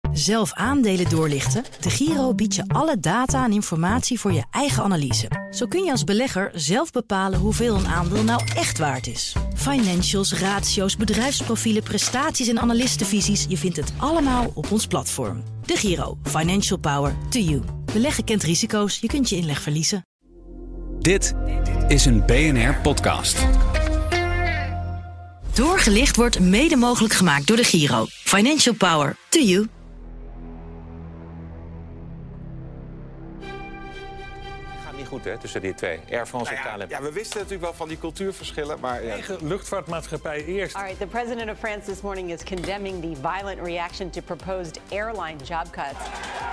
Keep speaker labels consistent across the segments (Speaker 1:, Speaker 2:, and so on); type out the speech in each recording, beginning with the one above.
Speaker 1: Zelf aandelen doorlichten? De Giro biedt je alle data en informatie voor je eigen analyse. Zo kun je als belegger zelf bepalen hoeveel een aandeel nou echt waard is. Financials, ratio's, bedrijfsprofielen, prestaties en analistenvisies. Je vindt het allemaal op ons platform. De Giro. Financial Power to you. Beleggen kent risico's. Je kunt je inleg verliezen.
Speaker 2: Dit is een BNR-podcast.
Speaker 1: Doorgelicht wordt mede mogelijk gemaakt door de Giro. Financial Power to you.
Speaker 3: Goed hè, tussen die twee, Air France en KLM.
Speaker 4: Ja, we wisten natuurlijk wel van die cultuurverschillen, maar... Ja.
Speaker 5: Eigen luchtvaartmaatschappij eerst.
Speaker 6: All right, the president of France this morning is condemning the violent reaction to proposed airline job cuts.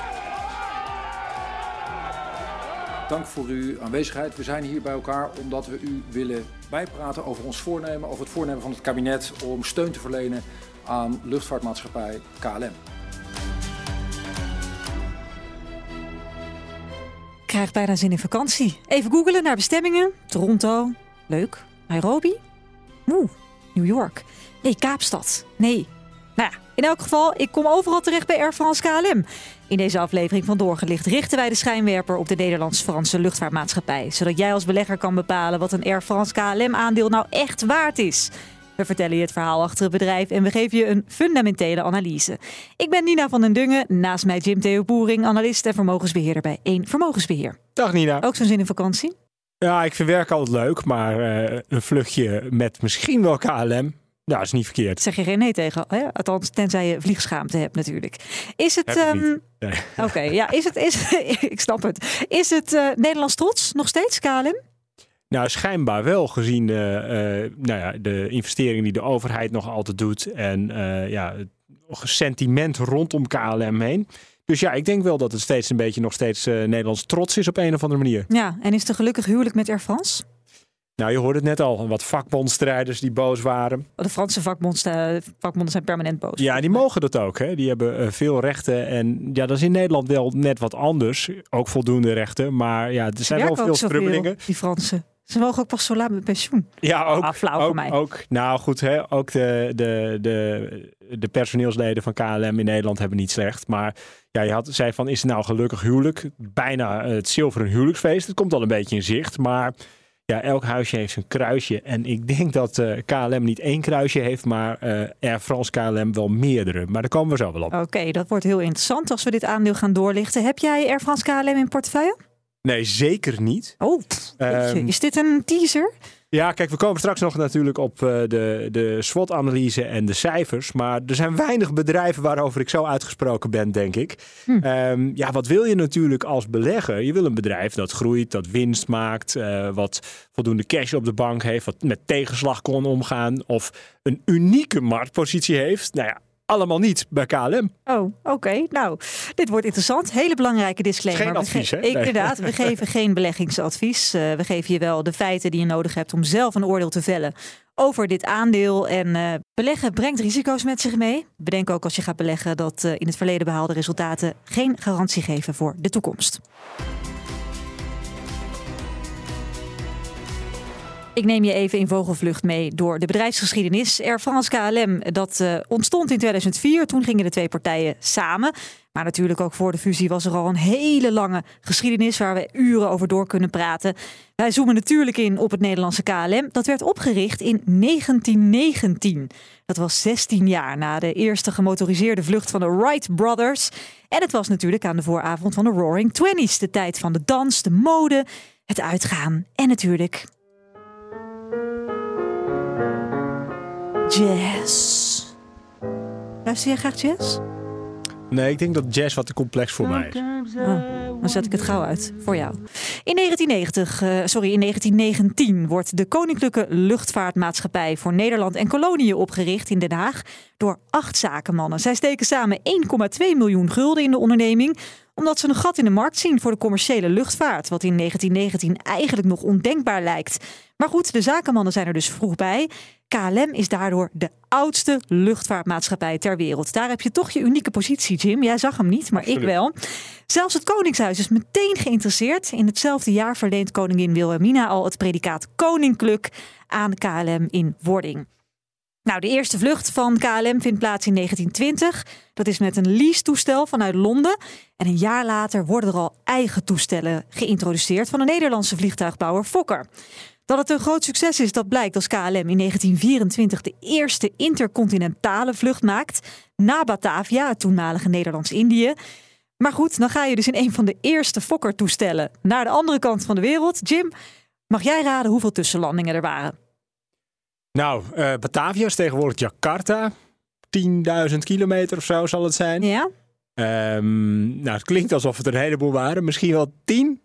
Speaker 7: Dank voor uw aanwezigheid. We zijn hier bij elkaar omdat we u willen bijpraten over ons voornemen, over het voornemen van het kabinet om steun te verlenen aan luchtvaartmaatschappij KLM.
Speaker 8: Krijg bijna zin in vakantie. Even googelen naar bestemmingen. Toronto. Leuk. Nairobi. New York. Nee, Kaapstad. Nee. Nou ja, in elk geval, ik kom overal terecht bij Air France KLM. In deze aflevering van Doorgelicht richten wij de schijnwerper op de Nederlands-Franse luchtvaartmaatschappij. Zodat jij als belegger kan bepalen wat een Air France KLM-aandeel nou echt waard is. We vertellen je het verhaal achter het bedrijf en we geven je een fundamentele analyse. Ik ben Nina van den Dungen, naast mij Jim Theo Boering, analist en vermogensbeheerder bij 1 Vermogensbeheer.
Speaker 5: Dag Nina.
Speaker 8: Ook zo'n zin in vakantie?
Speaker 5: Ja, ik vind werk altijd leuk, maar een vluchtje met misschien wel KLM, nou, is niet verkeerd.
Speaker 8: Zeg je geen nee tegen, hè? Althans, tenzij je vliegschaamte hebt natuurlijk. Is het...
Speaker 5: Nee.
Speaker 8: Oké, ja, is ik snap het. Is het Nederlands trots nog steeds, KLM?
Speaker 5: Nou, schijnbaar wel, gezien de investeringen die de overheid nog altijd doet en het sentiment rondom KLM heen. Dus ja, ik denk wel dat het nog steeds Nederlands trots is op een of andere manier.
Speaker 8: Ja, en is het een gelukkig huwelijk met Air France?
Speaker 5: Nou, je hoorde het net al, wat vakbondstrijders die boos waren.
Speaker 8: De Franse vakbonden zijn permanent boos.
Speaker 5: Ja, die mogen dat ook. Hè? Die hebben veel rechten. En ja, dat is in Nederland wel net wat anders. Ook voldoende rechten. Maar ja, er zijn wel veel strubbelingen.
Speaker 8: Die Fransen. Ze mogen ook pas zo laat met pensioen.
Speaker 5: Ja, ook.
Speaker 8: Flauw voor mij.
Speaker 5: Ook, nou goed, hè, ook de personeelsleden van KLM in Nederland hebben niet slecht. Maar ja, je zei van, is het nou gelukkig huwelijk? Bijna het zilveren huwelijksfeest. Het komt al een beetje in zicht, maar... Ja, elk huisje heeft zijn kruisje. En ik denk dat KLM niet 1 kruisje heeft, maar Air France KLM wel meerdere. Maar daar komen we zo wel op.
Speaker 8: Oké, dat wordt heel interessant als we dit aandeel gaan doorlichten. Heb jij Air France KLM in portefeuille?
Speaker 5: Nee, zeker niet.
Speaker 8: Oh, is dit een teaser?
Speaker 5: Ja, kijk, we komen straks nog natuurlijk op de SWOT-analyse en de cijfers. Maar er zijn weinig bedrijven waarover ik zo uitgesproken ben, denk ik. Wat wil je natuurlijk als belegger? Je wil een bedrijf dat groeit, dat winst maakt, wat voldoende cash op de bank heeft, wat met tegenslag kon omgaan of een unieke marktpositie heeft. Nou ja, allemaal niet bij KLM.
Speaker 8: Oh, oké. Nou, dit wordt interessant. Hele belangrijke disclaimer.
Speaker 5: Geen advies, hè?
Speaker 8: Inderdaad, we geven geen beleggingsadvies. We geven je wel de feiten die je nodig hebt om zelf een oordeel te vellen over dit aandeel. En beleggen brengt risico's met zich mee. Bedenk ook als je gaat beleggen dat in het verleden behaalde resultaten geen garantie geven voor de toekomst. Ik neem je even in vogelvlucht mee door de bedrijfsgeschiedenis. Air France KLM, dat ontstond in 2004. Toen gingen de 2 partijen samen. Maar natuurlijk ook voor de fusie was er al een hele lange geschiedenis waar we uren over door kunnen praten. Wij zoomen natuurlijk in op het Nederlandse KLM. Dat werd opgericht in 1919. Dat was 16 jaar na de eerste gemotoriseerde vlucht van de Wright Brothers. En het was natuurlijk aan de vooravond van de Roaring Twenties. De tijd van de dans, de mode, het uitgaan en natuurlijk... jazz. Luister jij graag jazz?
Speaker 5: Nee, ik denk dat jazz wat te complex voor mij is.
Speaker 8: Dan zet ik het gauw uit voor jou. In 1919 wordt de Koninklijke Luchtvaartmaatschappij voor Nederland en Koloniën opgericht in Den Haag door 8 zakenmannen. Zij steken samen 1,2 miljoen gulden in de onderneming, omdat ze een gat in de markt zien voor de commerciële luchtvaart, wat in 1919 eigenlijk nog ondenkbaar lijkt. Maar goed, de zakenmannen zijn er dus vroeg bij. KLM is daardoor de oudste luchtvaartmaatschappij ter wereld. Daar heb je toch je unieke positie, Jim. Jij zag hem niet, maar absoluut. Ik wel. Zelfs het Koningshuis is meteen geïnteresseerd. In hetzelfde jaar verleent koningin Wilhelmina al het predicaat koninklijk aan KLM in wording. Nou, de eerste vlucht van KLM vindt plaats in 1920. Dat is met een lease-toestel vanuit Londen. En een jaar later worden er al eigen toestellen geïntroduceerd van de Nederlandse vliegtuigbouwer Fokker. Dat het een groot succes is, dat blijkt als KLM in 1924 de eerste intercontinentale vlucht maakt na Batavia, het toenmalige Nederlands-Indië. Maar goed, dan ga je dus in een van de eerste Fokker-toestellen naar de andere kant van de wereld. Jim, mag jij raden hoeveel tussenlandingen er waren?
Speaker 5: Nou, Batavia is tegenwoordig Jakarta. 10.000 kilometer of zo zal het zijn.
Speaker 8: Ja?
Speaker 5: Nou, het klinkt alsof het er een heleboel waren. Misschien wel 10?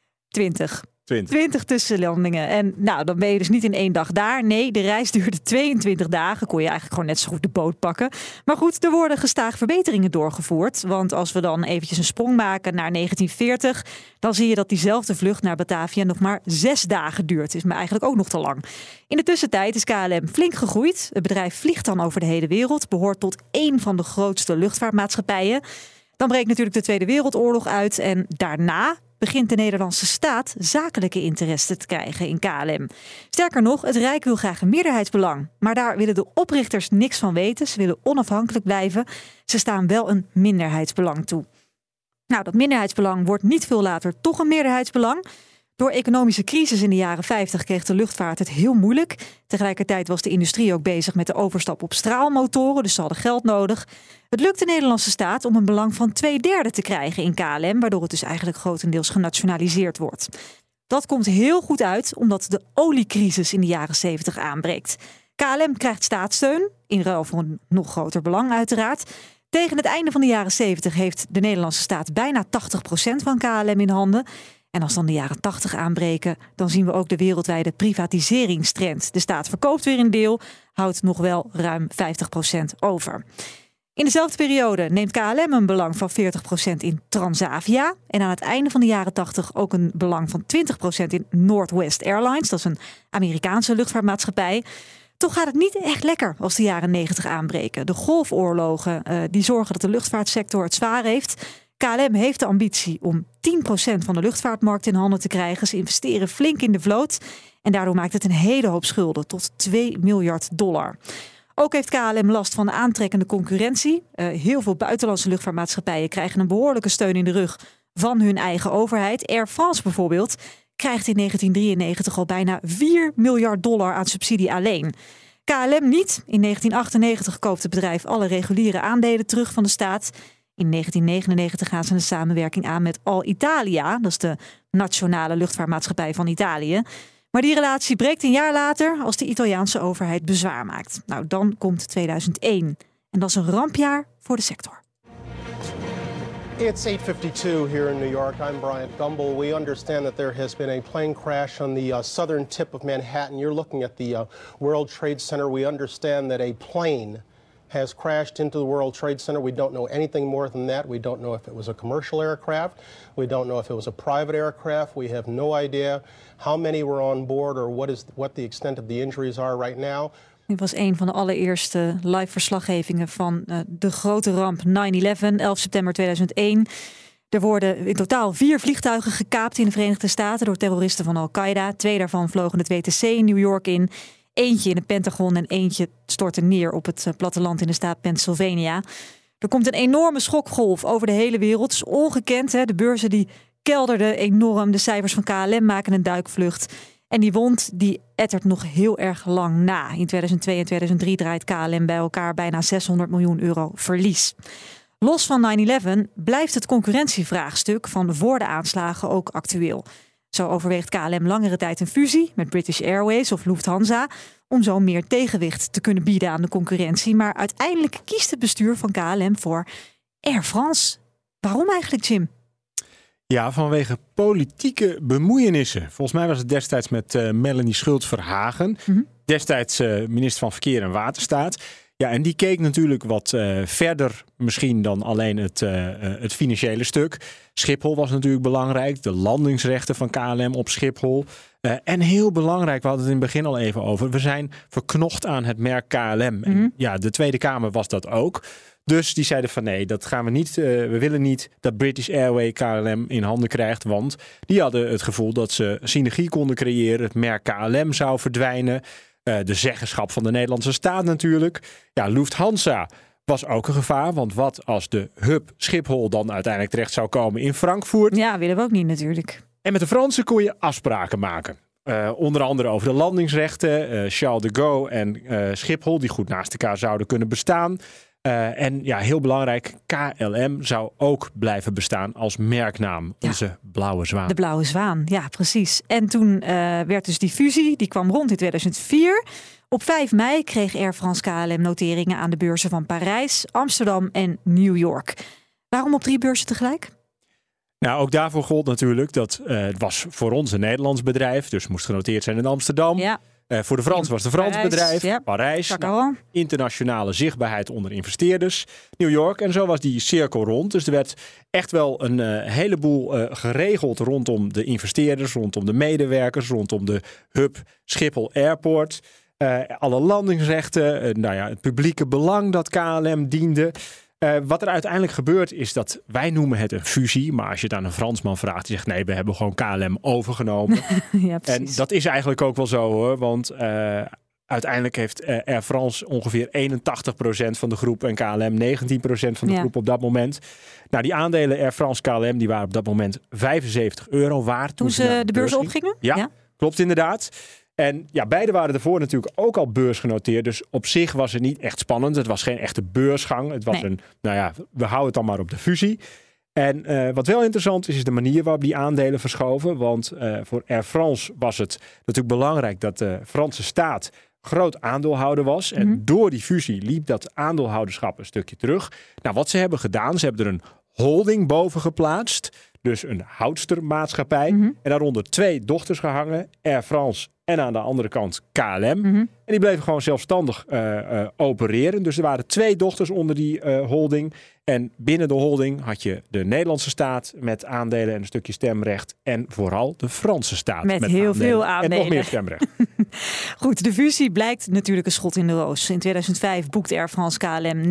Speaker 8: 20 tussenlandingen. En nou, dan ben je dus niet in 1 dag daar. Nee, de reis duurde 22 dagen. Kon je eigenlijk gewoon net zo goed de boot pakken. Maar goed, er worden gestaag verbeteringen doorgevoerd. Want als we dan eventjes een sprong maken naar 1940... dan zie je dat diezelfde vlucht naar Batavia nog maar 6 dagen duurt. Is me eigenlijk ook nog te lang. In de tussentijd is KLM flink gegroeid. Het bedrijf vliegt dan over de hele wereld. Behoort tot 1 van de grootste luchtvaartmaatschappijen. Dan breekt natuurlijk de Tweede Wereldoorlog uit. En daarna begint de Nederlandse staat zakelijke interesse te krijgen in KLM. Sterker nog, het Rijk wil graag een meerderheidsbelang. Maar daar willen de oprichters niks van weten. Ze willen onafhankelijk blijven. Ze staan wel een minderheidsbelang toe. Nou, dat minderheidsbelang wordt niet veel later toch een meerderheidsbelang. Door economische crisis in de jaren 50 kreeg de luchtvaart het heel moeilijk. Tegelijkertijd was de industrie ook bezig met de overstap op straalmotoren, dus ze hadden geld nodig. Het lukte de Nederlandse staat om een belang van 2/3 te krijgen in KLM, waardoor het dus eigenlijk grotendeels genationaliseerd wordt. Dat komt heel goed uit, omdat de oliecrisis in de jaren 70 aanbreekt. KLM krijgt staatssteun, in ruil voor een nog groter belang uiteraard. Tegen het einde van de jaren 70 heeft de Nederlandse staat bijna 80% van KLM in handen. En als dan de jaren 80 aanbreken, dan zien we ook de wereldwijde privatiseringstrend. De staat verkoopt weer een deel, houdt nog wel ruim 50% over. In dezelfde periode neemt KLM een belang van 40% in Transavia. En aan het einde van de jaren 80 ook een belang van 20% in Northwest Airlines. Dat is een Amerikaanse luchtvaartmaatschappij. Toch gaat het niet echt lekker als de jaren 90 aanbreken. De golfoorlogen die zorgen dat de luchtvaartsector het zwaar heeft. KLM heeft de ambitie om 10% van de luchtvaartmarkt in handen te krijgen. Ze investeren flink in de vloot. En daardoor maakt het een hele hoop schulden, tot $2 miljard. Ook heeft KLM last van de aantrekkende concurrentie. Heel veel buitenlandse luchtvaartmaatschappijen krijgen een behoorlijke steun in de rug van hun eigen overheid. Air France bijvoorbeeld krijgt in 1993 al bijna $4 miljard aan subsidie alleen. KLM niet. In 1998 koopt het bedrijf alle reguliere aandelen terug van de staat. In 1999 gaan ze een samenwerking aan met Alitalia. Dat is de nationale luchtvaartmaatschappij van Italië. Maar die relatie breekt een jaar later als de Italiaanse overheid bezwaar maakt. Nou, dan komt 2001. En dat is een rampjaar voor de sector.
Speaker 9: It's 8:52 here in New York. I'm Bryant Gumbel. We understand that there has been a plane crash on the southern tip of Manhattan. You're looking at the World Trade Center. We understand that a plane has crashed into the World Trade Center. We don't know anything more than that. We don't know if it was a commercial aircraft. We don't know if it was a private aircraft. We have no idea how many were on board or what the extent of the injuries are right now.
Speaker 8: Dit was een van de allereerste live verslaggevingen van de grote ramp 9/11, 11 september 2001. Er worden in totaal 4 vliegtuigen gekaapt in de Verenigde Staten door terroristen van Al-Qaeda. 2 daarvan vlogen het WTC in New York in. Eentje in het Pentagon en eentje stortte neer op het platteland in de staat Pennsylvania. Er komt een enorme schokgolf over de hele wereld. Het is ongekend, hè? De beurzen die kelderden enorm. De cijfers van KLM maken een duikvlucht. En die wond die ettert nog heel erg lang na. In 2002 en 2003 draait KLM bij elkaar bijna €600 miljoen verlies. Los van 9/11 blijft het concurrentievraagstuk van voor de aanslagen ook actueel. Zo overweegt KLM langere tijd een fusie met British Airways of Lufthansa om zo meer tegenwicht te kunnen bieden aan de concurrentie. Maar uiteindelijk kiest het bestuur van KLM voor Air France. Waarom eigenlijk, Jim?
Speaker 5: Ja, vanwege politieke bemoeienissen. Volgens mij was het destijds met Melanie Schultz-Verhagen. Destijds minister van Verkeer en Waterstaat. Ja, en die keek natuurlijk wat verder misschien dan alleen het financiële stuk. Schiphol was natuurlijk belangrijk. De landingsrechten van KLM op Schiphol. En heel belangrijk, we hadden het in het begin al even over. We zijn verknocht aan het merk KLM. En ja, de Tweede Kamer was dat ook. Dus die zeiden van nee, dat gaan we niet. We willen niet dat British Airways KLM in handen krijgt. Want die hadden het gevoel dat ze synergie konden creëren. Het merk KLM zou verdwijnen. De zeggenschap van de Nederlandse staat natuurlijk. Ja, Lufthansa was ook een gevaar. Want wat als de hub Schiphol dan uiteindelijk terecht zou komen in Frankfurt?
Speaker 8: Ja, willen we ook niet natuurlijk.
Speaker 5: En met de Fransen kon je afspraken maken. Onder andere over de landingsrechten. Charles de Gaulle en Schiphol, die goed naast elkaar zouden kunnen bestaan. En ja, heel belangrijk, KLM zou ook blijven bestaan als merknaam. Ja. Onze Blauwe Zwaan.
Speaker 8: De Blauwe Zwaan, ja precies. En toen werd dus die fusie, die kwam rond in 2004. Op 5 mei kreeg Air France KLM noteringen aan de beurzen van Parijs, Amsterdam en New York. Waarom op 3 beurzen tegelijk?
Speaker 5: Nou, ook daarvoor gold natuurlijk dat het was voor ons een Nederlands bedrijf. Dus moest genoteerd zijn in Amsterdam. Ja. Voor de Fransen was het een Frans bedrijf. Ja. Parijs. Internationale zichtbaarheid onder investeerders. New York. En zo was die cirkel rond. Dus er werd echt wel een heleboel geregeld rondom de investeerders, rondom de medewerkers, rondom de hub Schiphol Airport. Alle landingsrechten, het publieke belang dat KLM diende. Wat er uiteindelijk gebeurt is dat wij noemen het een fusie. Maar als je het aan een Fransman vraagt, die zegt nee, we hebben gewoon KLM overgenomen.
Speaker 8: Ja,
Speaker 5: en dat is eigenlijk ook wel zo hoor. Want uiteindelijk heeft Air France ongeveer 81% van de groep en KLM 19% van de groep op dat moment. Nou, die aandelen Air France KLM die waren op dat moment €75 waard.
Speaker 8: Toen ze de beurs opgingen?
Speaker 5: Ja, klopt inderdaad. En ja, beide waren ervoor natuurlijk ook al beursgenoteerd. Dus op zich was het niet echt spannend. Het was geen echte beursgang. Het was we houden het dan maar op de fusie. En wat wel interessant is de manier waarop die aandelen verschoven. Want voor Air France was het natuurlijk belangrijk dat de Franse staat groot aandeelhouder was. En door die fusie liep dat aandeelhouderschap een stukje terug. Nou, wat ze hebben gedaan, ze hebben er een holding boven geplaatst. Dus een houdstermaatschappij. En daaronder 2 dochters gehangen. Air France en aan de andere kant KLM. En die bleven gewoon zelfstandig opereren. Dus er waren 2 dochters onder die holding. En binnen de holding had je de Nederlandse staat met aandelen en een stukje stemrecht. En vooral de Franse staat met heel veel aandelen. En nog meer stemrecht.
Speaker 8: Goed, de fusie blijkt natuurlijk een schot in de roos. In 2005 boekte Air France KLM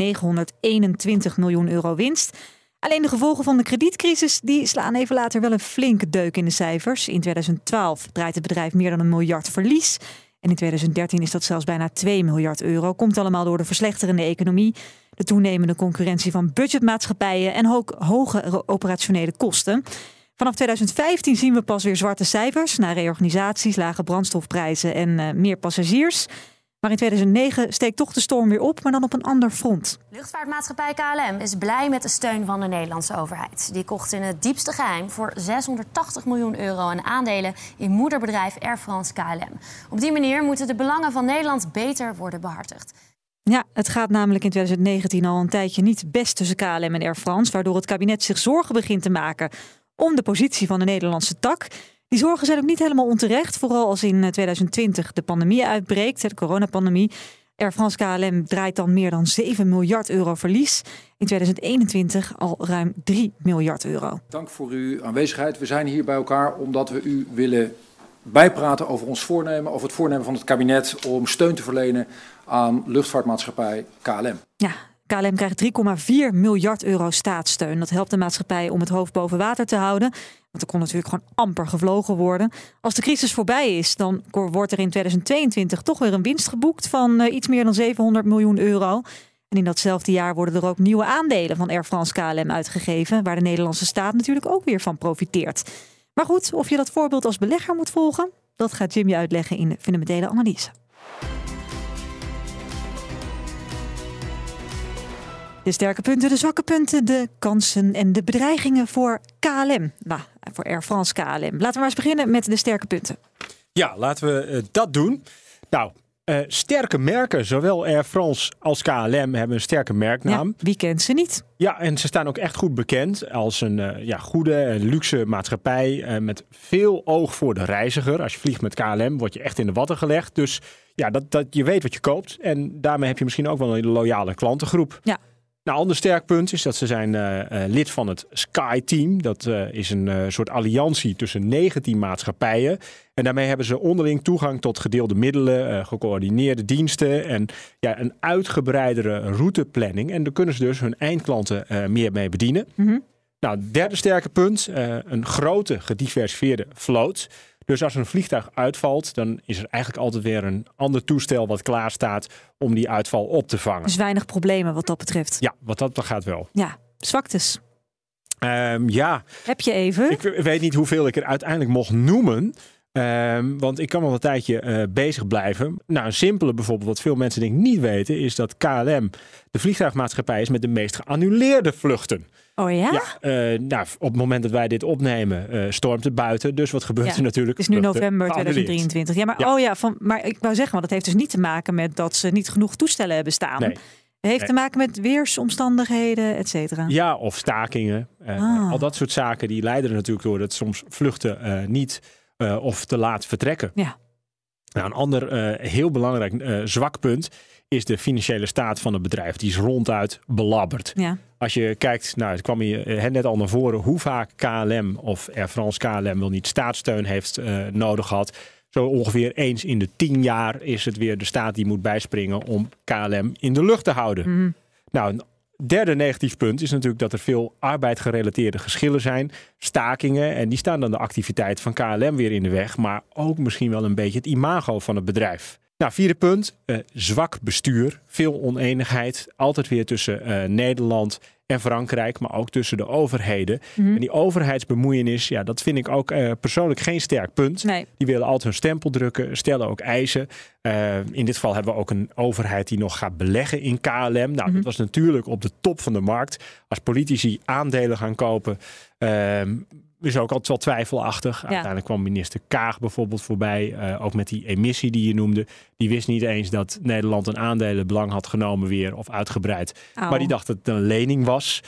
Speaker 8: €921 miljoen winst. Alleen de gevolgen van de kredietcrisis die slaan even later wel een flinke deuk in de cijfers. In 2012 draait het bedrijf meer dan €1 miljard verlies. En in 2013 is dat zelfs bijna €2 miljard. Komt allemaal door de verslechterende economie, de toenemende concurrentie van budgetmaatschappijen en hoge operationele kosten. Vanaf 2015 zien we pas weer zwarte cijfers na reorganisaties, lage brandstofprijzen en meer passagiers. Maar in 2009 steekt toch de storm weer op, maar dan op een ander front.
Speaker 10: Luchtvaartmaatschappij KLM is blij met de steun van de Nederlandse overheid. Die kocht in het diepste geheim voor €680 miljoen aan aandelen in moederbedrijf Air France KLM. Op die manier moeten de belangen van Nederland beter worden behartigd.
Speaker 8: Ja, het gaat namelijk in 2019 al een tijdje niet best tussen KLM en Air France, waardoor het kabinet zich zorgen begint te maken om de positie van de Nederlandse tak. Die zorgen zijn ook niet helemaal onterecht. Vooral als in 2020 de pandemie uitbreekt, de coronapandemie. Air France KLM draait dan meer dan €7 miljard verlies. In 2021 al ruim €3 miljard.
Speaker 7: Dank voor uw aanwezigheid. We zijn hier bij elkaar omdat we u willen bijpraten over ons voornemen, over het voornemen van het kabinet om steun te verlenen aan luchtvaartmaatschappij KLM.
Speaker 8: Ja. KLM krijgt €3,4 miljard staatssteun. Dat helpt de maatschappij om het hoofd boven water te houden. Want er kon natuurlijk gewoon amper gevlogen worden. Als de crisis voorbij is, dan wordt er in 2022 toch weer een winst geboekt van iets meer dan €700 miljoen. En in datzelfde jaar worden er ook nieuwe aandelen van Air France KLM uitgegeven, waar de Nederlandse staat natuurlijk ook weer van profiteert. Maar goed, of je dat voorbeeld als belegger moet volgen, dat gaat Jim je uitleggen in de fundamentele analyse. De sterke punten, de zwakke punten, de kansen en de bedreigingen voor KLM. Nou, voor Air France KLM. Laten we maar eens beginnen met de sterke punten.
Speaker 5: Ja, laten we dat doen. Nou, sterke merken, zowel Air France als KLM hebben een sterke merknaam.
Speaker 8: Ja, wie kent ze niet?
Speaker 5: Ja, en ze staan ook echt goed bekend als een goede, luxe maatschappij met veel oog voor de reiziger. Als je vliegt met KLM, word je echt in de watten gelegd. Dus ja, dat je weet wat je koopt. En daarmee heb je misschien ook wel een loyale klantengroep.
Speaker 8: Ja.
Speaker 5: Een ander sterk punt is dat ze zijn lid van het SkyTeam. Dat is een soort alliantie tussen 19 maatschappijen. En daarmee hebben ze onderling toegang tot gedeelde middelen, gecoördineerde diensten en een uitgebreidere routeplanning. En daar kunnen ze dus hun eindklanten meer mee bedienen. Nou, derde sterke punt, een grote gediversifieerde vloot. Dus als een vliegtuig uitvalt, dan is er eigenlijk altijd weer een ander toestel wat klaar staat om die uitval op te vangen.
Speaker 8: Dus weinig problemen wat dat betreft.
Speaker 5: Ja, wat dat gaat wel.
Speaker 8: Ja, zwaktes.
Speaker 5: Ja.
Speaker 8: Heb je even?
Speaker 5: Ik weet niet hoeveel ik er uiteindelijk mocht noemen. Want ik kan wel een tijdje bezig blijven. Nou, een simpele bijvoorbeeld, wat veel mensen denk ik niet weten, is dat KLM de vliegtuigmaatschappij is met de meest geannuleerde vluchten.
Speaker 8: Oh ja?
Speaker 5: Nou, op het moment dat wij dit opnemen, stormt het buiten. Dus wat gebeurt er natuurlijk?
Speaker 8: Het is nu november 2023. Ja, maar, maar ik wou zeggen, want dat heeft dus niet te maken met dat ze niet genoeg toestellen hebben staan. Nee. Het heeft te maken met weersomstandigheden, et cetera. Ja,
Speaker 5: of stakingen. Al dat soort zaken die leiden er natuurlijk door dat soms vluchten niet of te laat vertrekken. Ja. Nou, een ander heel belangrijk zwak punt is de financiële staat van het bedrijf. Die is ronduit belabberd. Ja. Als je kijkt, nou, het kwam hier net al naar voren, hoe vaak KLM of Air France KLM wel niet staatssteun heeft nodig gehad. Zo ongeveer eens in de 10 jaar is het weer de staat die moet bijspringen om KLM in de lucht te houden. Mm. Nou, een derde negatief punt is natuurlijk dat er veel arbeidgerelateerde geschillen zijn. Stakingen, en die staan dan de activiteit van KLM weer in de weg. Maar ook misschien wel een beetje het imago van het bedrijf. Nou, vierde punt, zwak bestuur. Veel oneenigheid. Altijd weer tussen Nederland en Frankrijk, maar ook tussen de overheden. Mm-hmm. En die overheidsbemoeienis, ja, dat vind ik ook persoonlijk geen sterk punt. Nee. Die willen altijd hun stempel drukken, stellen ook eisen. In dit geval hebben we ook een overheid die nog gaat beleggen in KLM. Nou, dat was natuurlijk op de top van de markt. Als politici aandelen gaan kopen, is ook altijd wel twijfelachtig. Ja. Uiteindelijk kwam minister Kaag bijvoorbeeld voorbij. Ook met die emissie die je noemde. Die wist niet eens dat Nederland een aandelenbelang had genomen weer of uitgebreid. Maar die dacht dat het een lening was.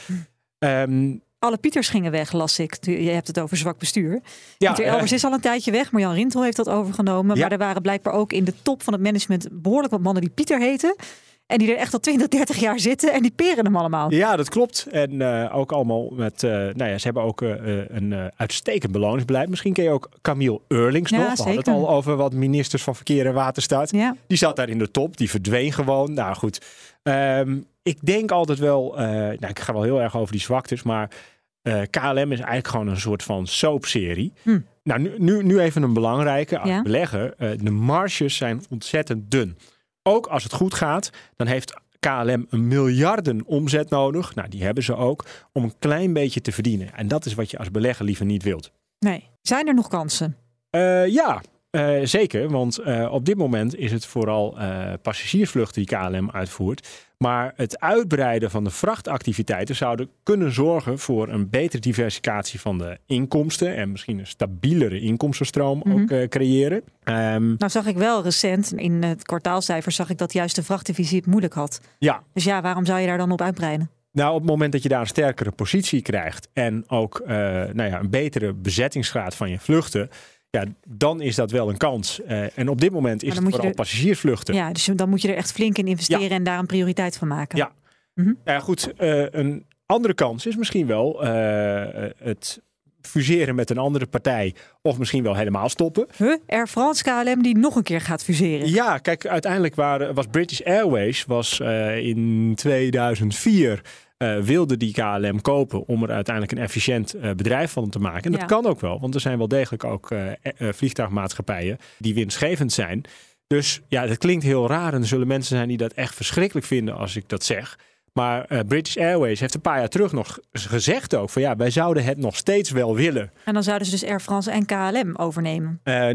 Speaker 8: Alle Pieters gingen weg, las ik. Je hebt het over zwak bestuur. Ja, Pieter Elbers is al een tijdje weg. Marjan Rintel heeft dat overgenomen. Ja. Maar er waren blijkbaar ook in de top van het management behoorlijk wat mannen die Pieter heten. En die er echt al 20, 30 jaar zitten en die peren hem allemaal. Ja, dat klopt. En ook allemaal met... ze hebben ook een uitstekend beloningsbeleid. Misschien ken je ook Camille Eurlings nog. We hadden het al over wat ministers van Verkeer en Waterstaat. Ja. Die zat daar in de top. Die verdween gewoon. Nou goed. Ik denk altijd wel... ik ga wel heel erg over die zwaktes. Maar KLM is eigenlijk gewoon een soort van soapserie. Nou, nu even een belangrijke. Als belegger. De marges zijn ontzettend dun. Ook als het goed gaat, dan heeft KLM een miljarden omzet nodig. Nou, die hebben ze ook, om een klein beetje te verdienen. En dat is wat je als belegger liever niet wilt. Nee. Zijn er nog kansen? Ja, zeker. Want op dit moment is het vooral passagiersvluchten die KLM uitvoert. Maar het uitbreiden van de vrachtactiviteiten zouden kunnen zorgen voor een betere diversificatie van de inkomsten. En misschien een stabielere inkomstenstroom ook creëren. Nou zag ik wel recent, in het kwartaalcijfer zag ik dat juist de vrachtdivisie het moeilijk had. Ja. Dus ja, waarom zou je daar dan op uitbreiden? Nou, op het moment dat je daar een sterkere positie krijgt en ook een betere bezettingsgraad van je vluchten, ja, dan is dat wel een kans. En op dit moment is het vooral passagiersvluchten. Ja, dus dan moet je er echt flink in investeren en daar een prioriteit van maken. Ja, ja goed. Een andere kans is misschien wel het fuseren met een andere partij of misschien wel helemaal stoppen. Air France KLM die nog een keer gaat fuseren. Ja, kijk, uiteindelijk was British Airways in 2004... wilde die KLM kopen om er uiteindelijk een efficiënt bedrijf van te maken. En dat kan ook wel, want er zijn wel degelijk ook vliegtuigmaatschappijen die winstgevend zijn. Dus ja, dat klinkt heel raar en er zullen mensen zijn die dat echt verschrikkelijk vinden als ik dat zeg. Maar British Airways heeft een paar jaar terug nog gezegd ook van ja, wij zouden het nog steeds wel willen. En dan zouden ze dus Air France en KLM overnemen?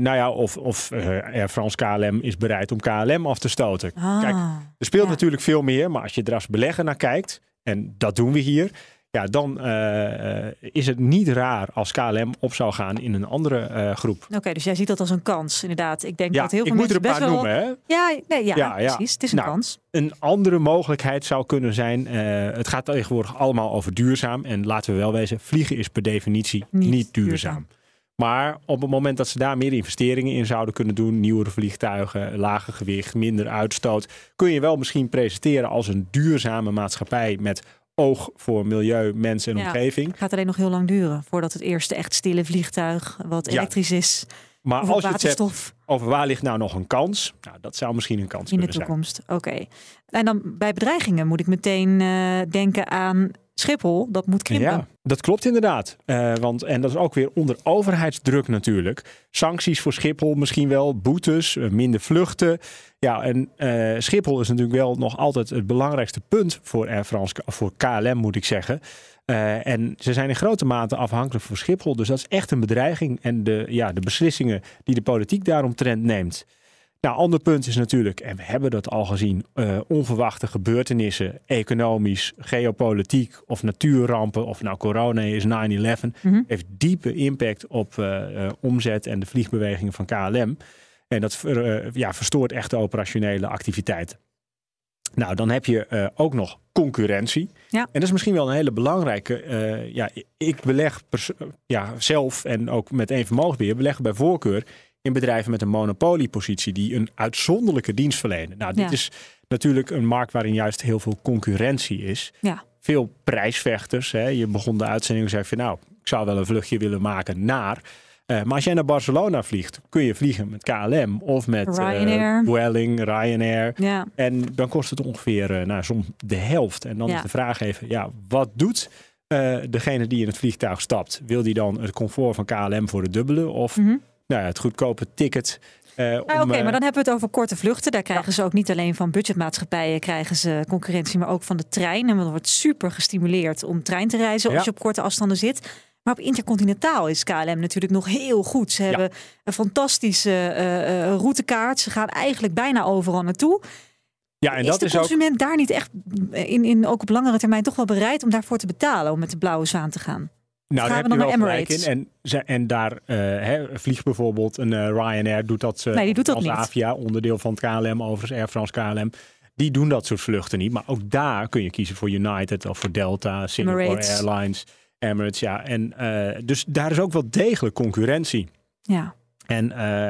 Speaker 8: Of Air France KLM is bereid om KLM af te stoten. Kijk, er speelt natuurlijk veel meer, maar als je er als belegger naar kijkt, en dat doen we hier, ja, dan is het niet raar als KLM op zou gaan in een andere groep. Oké, dus jij ziet dat als een kans, inderdaad. Ik denk dat heel veel mensen best wel... Ik moet er een paar noemen, hè? Ja, precies. Het is een kans. Een andere mogelijkheid zou kunnen zijn, het gaat tegenwoordig allemaal over duurzaam. En laten we wel wezen, vliegen is per definitie niet duurzaam. Maar op het moment dat ze daar meer investeringen in zouden kunnen doen, nieuwere vliegtuigen, lager gewicht, minder uitstoot, kun je wel misschien presenteren als een duurzame maatschappij met oog voor milieu, mensen en omgeving. Het gaat alleen nog heel lang duren voordat het eerste echt stille vliegtuig wat elektrisch is. Maar als je het hebt over waar ligt nou nog een kans, nou, dat zou misschien een kans kunnen zijn. In de toekomst, oké. En dan bij bedreigingen moet ik meteen denken aan Schiphol, dat moet krimpen.
Speaker 5: Ja, dat klopt inderdaad. En dat is ook weer onder overheidsdruk natuurlijk. Sancties voor Schiphol misschien wel, boetes, minder vluchten. Ja, en Schiphol is natuurlijk wel nog altijd het belangrijkste punt voor Air France, of voor KLM moet ik zeggen. En ze zijn in grote mate afhankelijk van Schiphol. Dus dat is echt een bedreiging. En de beslissingen die de politiek daaromtrent neemt. Nou, ander punt is natuurlijk, en we hebben dat al gezien, onverwachte gebeurtenissen, economisch, geopolitiek of natuurrampen, of nou corona is 9/11, heeft diepe impact op omzet en de vliegbewegingen van KLM. En dat verstoort echt de operationele activiteit. Nou, dan heb je ook nog concurrentie. Ja. En dat is misschien wel een hele belangrijke. Ik beleg zelf en ook met één vermogensbeheer beleggen bij voorkeur in bedrijven met een monopoliepositie die een uitzonderlijke dienst verlenen. Nou, dit is natuurlijk een markt waarin juist heel veel concurrentie is. Ja. Veel prijsvechters. Hè. Je begon de uitzending en zei van nou, ik zou wel een vluchtje willen maken naar. Maar als jij naar Barcelona vliegt, kun je vliegen met KLM of met Vueling, Ryanair. Ja. En dan kost het ongeveer soms de helft. En dan is de vraag even, wat doet degene die in het vliegtuig stapt? Wil die dan het comfort van KLM voor het dubbele? Of het goedkope ticket?
Speaker 8: Maar dan hebben we het over korte vluchten. Daar krijgen ze ook niet alleen van budgetmaatschappijen krijgen ze concurrentie, maar ook van de trein. En er wordt super gestimuleerd om trein te reizen als je op korte afstanden zit. Maar op intercontinentaal is KLM natuurlijk nog heel goed. Ze hebben een fantastische routekaart. Ze gaan eigenlijk bijna overal naartoe. Ja, en is de consument daar niet echt ook op langere termijn toch wel bereid om daarvoor te betalen om met de blauwe zwaan te gaan?
Speaker 5: Nou, daar heb je wel gelijk in. En daar vliegt bijvoorbeeld een Ryanair, doet dat, die doet dat als Avia, onderdeel van het KLM, overigens Air France KLM. Die doen dat soort vluchten niet. Maar ook daar kun je kiezen voor United of voor Delta, Singapore Airlines, Emirates. Ja. En dus daar is ook wel degelijk concurrentie. Ja. En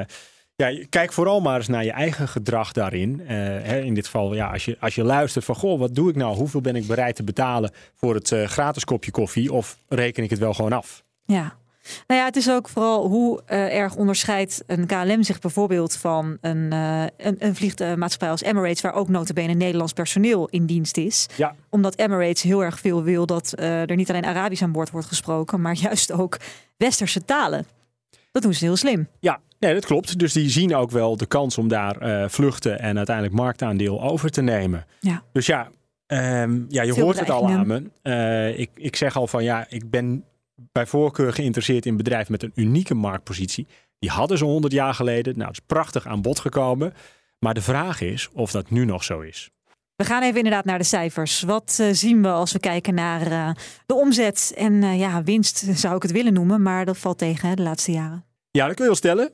Speaker 5: kijk vooral maar eens naar je eigen gedrag daarin. In dit geval, als je luistert van goh, wat doe ik nou? Hoeveel ben ik bereid te betalen voor het gratis kopje koffie? Of reken ik het wel gewoon af? Ja.
Speaker 8: Nou ja, het is ook vooral hoe erg onderscheidt een KLM zich bijvoorbeeld van een vliegmaatschappij als Emirates, waar ook nota bene Nederlands personeel in dienst is. Ja. Omdat Emirates heel erg veel wil dat er niet alleen Arabisch aan boord wordt gesproken, maar juist ook westerse talen. Dat doen ze heel slim.
Speaker 5: Ja, nee, dat klopt. Dus die zien ook wel de kans om daar vluchten en uiteindelijk marktaandeel over te nemen. Ja. Dus je veel hoort het al aan me. Ik zeg al van ik ben bij voorkeur geïnteresseerd in bedrijven met een unieke marktpositie. Die hadden ze 100 jaar geleden. Nou, dat is prachtig aan bod gekomen. Maar de vraag is of dat nu nog zo is.
Speaker 8: We gaan even inderdaad naar de cijfers. Wat zien we als we kijken naar de omzet en winst zou ik het willen noemen. Maar dat valt tegen de laatste jaren.
Speaker 5: Ja, dat kun je wel stellen.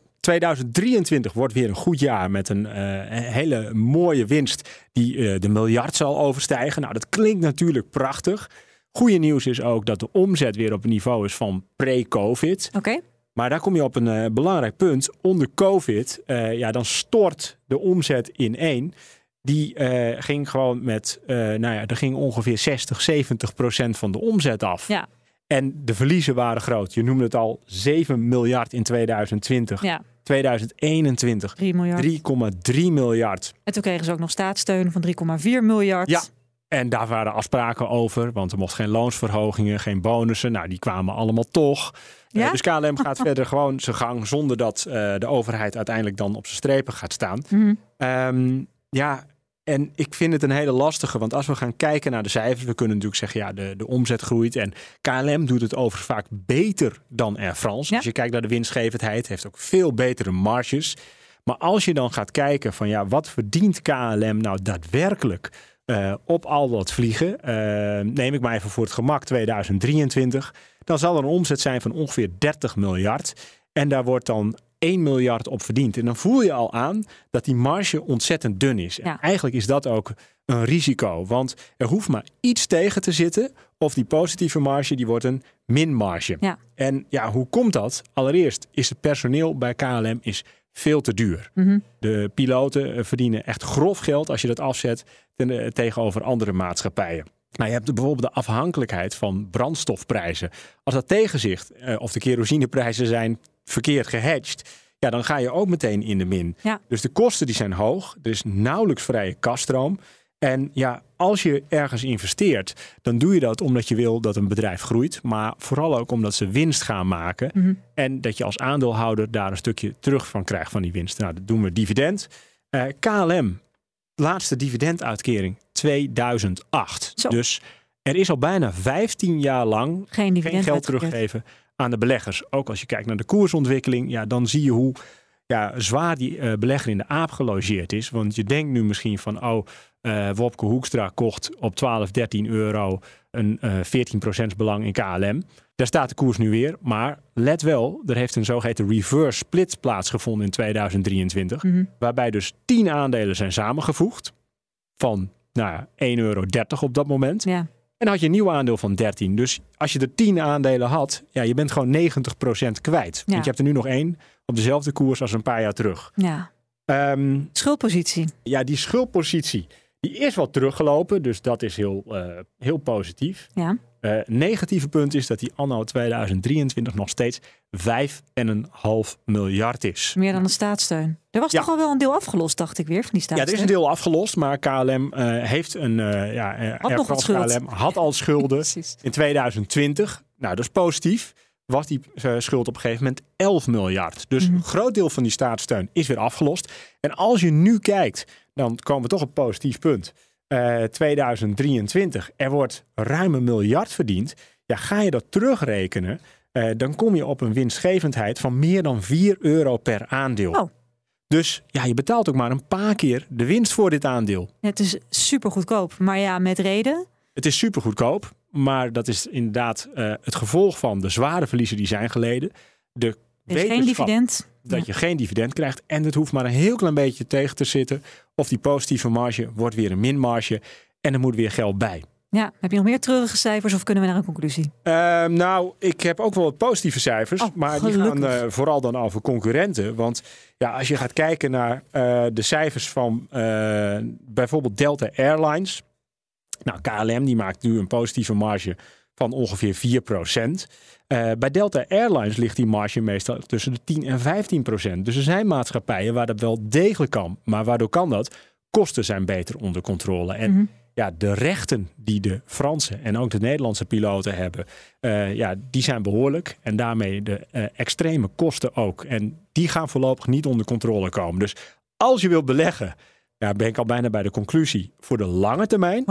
Speaker 5: 2023 wordt weer een goed jaar met een hele mooie winst die de miljard zal overstijgen. Nou, dat klinkt natuurlijk prachtig. Goede nieuws is ook dat de omzet weer op een niveau is van pre-COVID.
Speaker 8: Oké.
Speaker 5: Maar daar kom je op een belangrijk punt. Onder COVID, dan stort de omzet ineen. Die ging gewoon met, er ging ongeveer 60-70% van de omzet af. Ja. En de verliezen waren groot. Je noemde het al, 7 miljard in 2020. Ja. 2021, 3,3 miljard.
Speaker 8: En toen kregen ze ook nog staatssteun van 3,4 miljard.
Speaker 5: Ja. En daar waren afspraken over, want er mocht geen loonsverhogingen, geen bonussen. Nou, die kwamen allemaal toch. Ja? Dus KLM gaat verder gewoon zijn gang zonder dat de overheid uiteindelijk dan op zijn strepen gaat staan. Mm-hmm. En ik vind het een hele lastige, want als we gaan kijken naar de cijfers, we kunnen natuurlijk zeggen, de omzet groeit en KLM doet het overigens vaak beter dan Air France. Ja. Als je kijkt naar de winstgevendheid, heeft ook veel betere marges. Maar als je dan gaat kijken van wat verdient KLM nou daadwerkelijk op al dat vliegen, neem ik maar even voor het gemak 2023, dan zal er een omzet zijn van ongeveer 30 miljard. En daar wordt dan 1 miljard op verdiend. En dan voel je al aan dat die marge ontzettend dun is. Ja. En eigenlijk is dat ook een risico. Want er hoeft maar iets tegen te zitten. Of die positieve marge, die wordt een minmarge. Ja. En hoe komt dat? Allereerst is het personeel bij KLM is veel te duur. Mm-hmm. De piloten verdienen echt grof geld als je dat afzet tegenover andere maatschappijen. Nou, je hebt bijvoorbeeld de afhankelijkheid van brandstofprijzen. Als dat tegenzegt of de kerosineprijzen zijn verkeerd gehedged, dan ga je ook meteen in de min. Ja. Dus de kosten die zijn hoog. Er is nauwelijks vrije kasstroom. En ja, als je ergens investeert, dan doe je dat omdat je wil dat een bedrijf groeit. Maar vooral ook omdat ze winst gaan maken. Mm-hmm. En dat je als aandeelhouder daar een stukje terug van krijgt van die winst. Nou, dat doen we dividend. KLM, laatste dividenduitkering 2008. Zo. Dus er is al bijna 15 jaar lang geen geld teruggegeven aan de beleggers. Ook als je kijkt naar de koersontwikkeling, ja, dan zie je hoe zwaar die belegger in de aap gelogeerd is. Want je denkt nu misschien van, Wopke Hoekstra kocht op 12, 13 euro een 14% belang in KLM. Daar staat de koers nu weer. Maar let wel, er heeft een zogeheten reverse split plaatsgevonden in 2023. Mm-hmm. Waarbij dus 10 aandelen zijn samengevoegd. Van 1,30 euro op dat moment. Ja. En dan had je een nieuw aandeel van 13. Dus als je er 10 aandelen had, je bent gewoon 90% kwijt. Ja. Want je hebt er nu nog 1 op dezelfde koers als een paar jaar terug.
Speaker 8: Ja. Schuldpositie.
Speaker 5: Ja, die schuldpositie die is wat teruggelopen. Dus dat is heel positief. Ja. Negatieve punt is dat die anno 2023 nog steeds 5,5 miljard is.
Speaker 8: Meer dan de staatssteun. Er was toch al wel een deel afgelost, dacht ik weer, van die staatssteun.
Speaker 5: Ja, er is een deel afgelost, maar KLM heeft KLM had al schulden in 2020. Nou, dat is positief. Was die schuld op een gegeven moment 11 miljard. Dus een groot deel van die staatssteun is weer afgelost. En als je nu kijkt, dan komen we toch op een positief punt. 2023, er wordt ruim 1 miljard verdiend. Ja, ga je dat terugrekenen, dan kom je op een winstgevendheid van meer dan 4 euro per aandeel. Oh. Dus je betaalt ook maar een paar keer de winst voor dit aandeel.
Speaker 8: Het is super goedkoop, maar met reden.
Speaker 5: Het is super goedkoop, maar dat is inderdaad het gevolg van de zware verliezen die zijn geleden.
Speaker 8: Er is geen dividend.
Speaker 5: Dat je geen dividend krijgt. En het hoeft maar een heel klein beetje tegen te zitten. Of die positieve marge wordt weer een minmarge. En er moet weer geld bij.
Speaker 8: Ja, heb je nog meer treurige cijfers of kunnen we naar een conclusie?
Speaker 5: Ik heb ook wel wat positieve cijfers. Maar gelukkig. Die gaan vooral dan over concurrenten. Want als je gaat kijken naar de cijfers van bijvoorbeeld Delta Airlines. Nou, KLM die maakt nu een positieve marge van ongeveer 4%. Bij Delta Airlines ligt die marge meestal tussen de 10 en 15%. Dus er zijn maatschappijen waar dat wel degelijk kan. Maar waardoor kan dat? Kosten zijn beter onder controle. En de rechten die de Franse en ook de Nederlandse piloten hebben, die zijn behoorlijk. En daarmee de extreme kosten ook. En die gaan voorlopig niet onder controle komen. Dus als je wilt beleggen, ben ik al bijna bij de conclusie. Voor de lange termijn.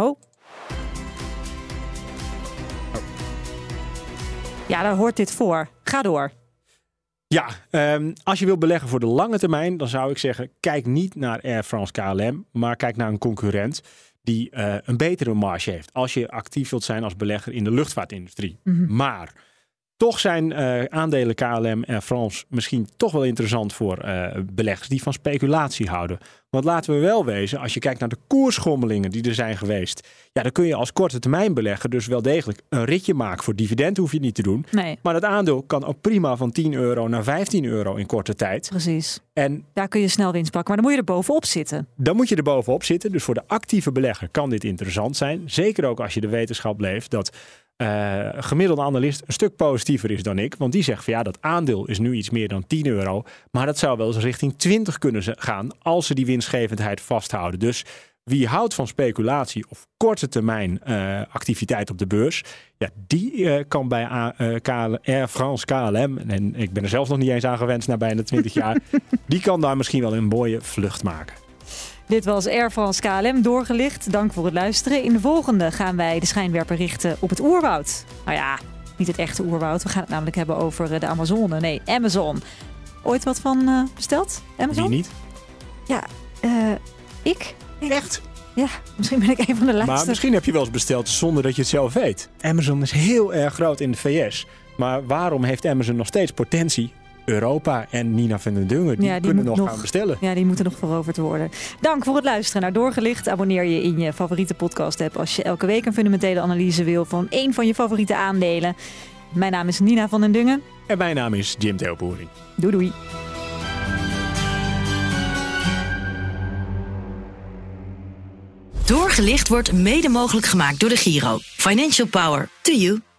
Speaker 8: Ja, daar hoort dit voor. Ga door.
Speaker 5: Ja, als je wilt beleggen voor de lange termijn, dan zou ik zeggen, kijk niet naar Air France KLM, maar kijk naar een concurrent die een betere marge heeft. Als je actief wilt zijn als belegger in de luchtvaartindustrie. Mm-hmm. Maar toch zijn aandelen KLM Air France misschien toch wel interessant voor beleggers die van speculatie houden. Want laten we wel wezen, als je kijkt naar de koersschommelingen die er zijn geweest, dan kun je als korte termijn belegger dus wel degelijk een ritje maken. Voor dividend hoef je het niet te doen. Nee. Maar dat aandeel kan ook prima van 10 euro naar 15 euro in korte tijd.
Speaker 8: Precies. En daar kun je snel winst pakken, maar dan moet je er bovenop zitten.
Speaker 5: Dan moet je er bovenop zitten. Dus voor de actieve belegger kan dit interessant zijn. Zeker ook als je de wetenschap leeft dat gemiddelde analist een stuk positiever is dan ik. Want die zegt van dat aandeel is nu iets meer dan 10 euro. Maar dat zou wel eens richting 20 kunnen gaan als ze die winstgevendheid vasthouden. Dus wie houdt van speculatie of korte termijn activiteit op de beurs, die kan bij Air France KLM, en ik ben er zelf nog niet eens aan gewend na bijna 20 jaar, die kan daar misschien wel een mooie vlucht maken.
Speaker 8: Dit was Air France KLM doorgelicht. Dank voor het luisteren. In de volgende gaan wij de schijnwerper richten op het oerwoud. Nou ja, niet het echte oerwoud. We gaan het namelijk hebben over de Amazone. Nee, Amazon. Ooit wat van besteld? Amazon?
Speaker 5: Wie niet?
Speaker 8: Ja, ik.
Speaker 5: Echt?
Speaker 8: Ja, misschien ben ik een van de laatste.
Speaker 5: Maar misschien heb je wel eens besteld zonder dat je het zelf weet. Amazon is heel erg groot in de VS. Maar waarom heeft Amazon nog steeds potentie? Europa en Nina van den Dungen, die kunnen nog gaan bestellen.
Speaker 8: Ja, die moeten nog veroverd worden. Dank voor het luisteren naar Doorgelicht. Abonneer je in je favoriete podcast-app als je elke week een fundamentele analyse wil van één van je favoriete aandelen. Mijn naam is Nina van den Dungen.
Speaker 5: En mijn naam is Jim Theopoering.
Speaker 8: Doei doei.
Speaker 1: Doorgelicht wordt mede mogelijk gemaakt door de Giro. Financial Power to you.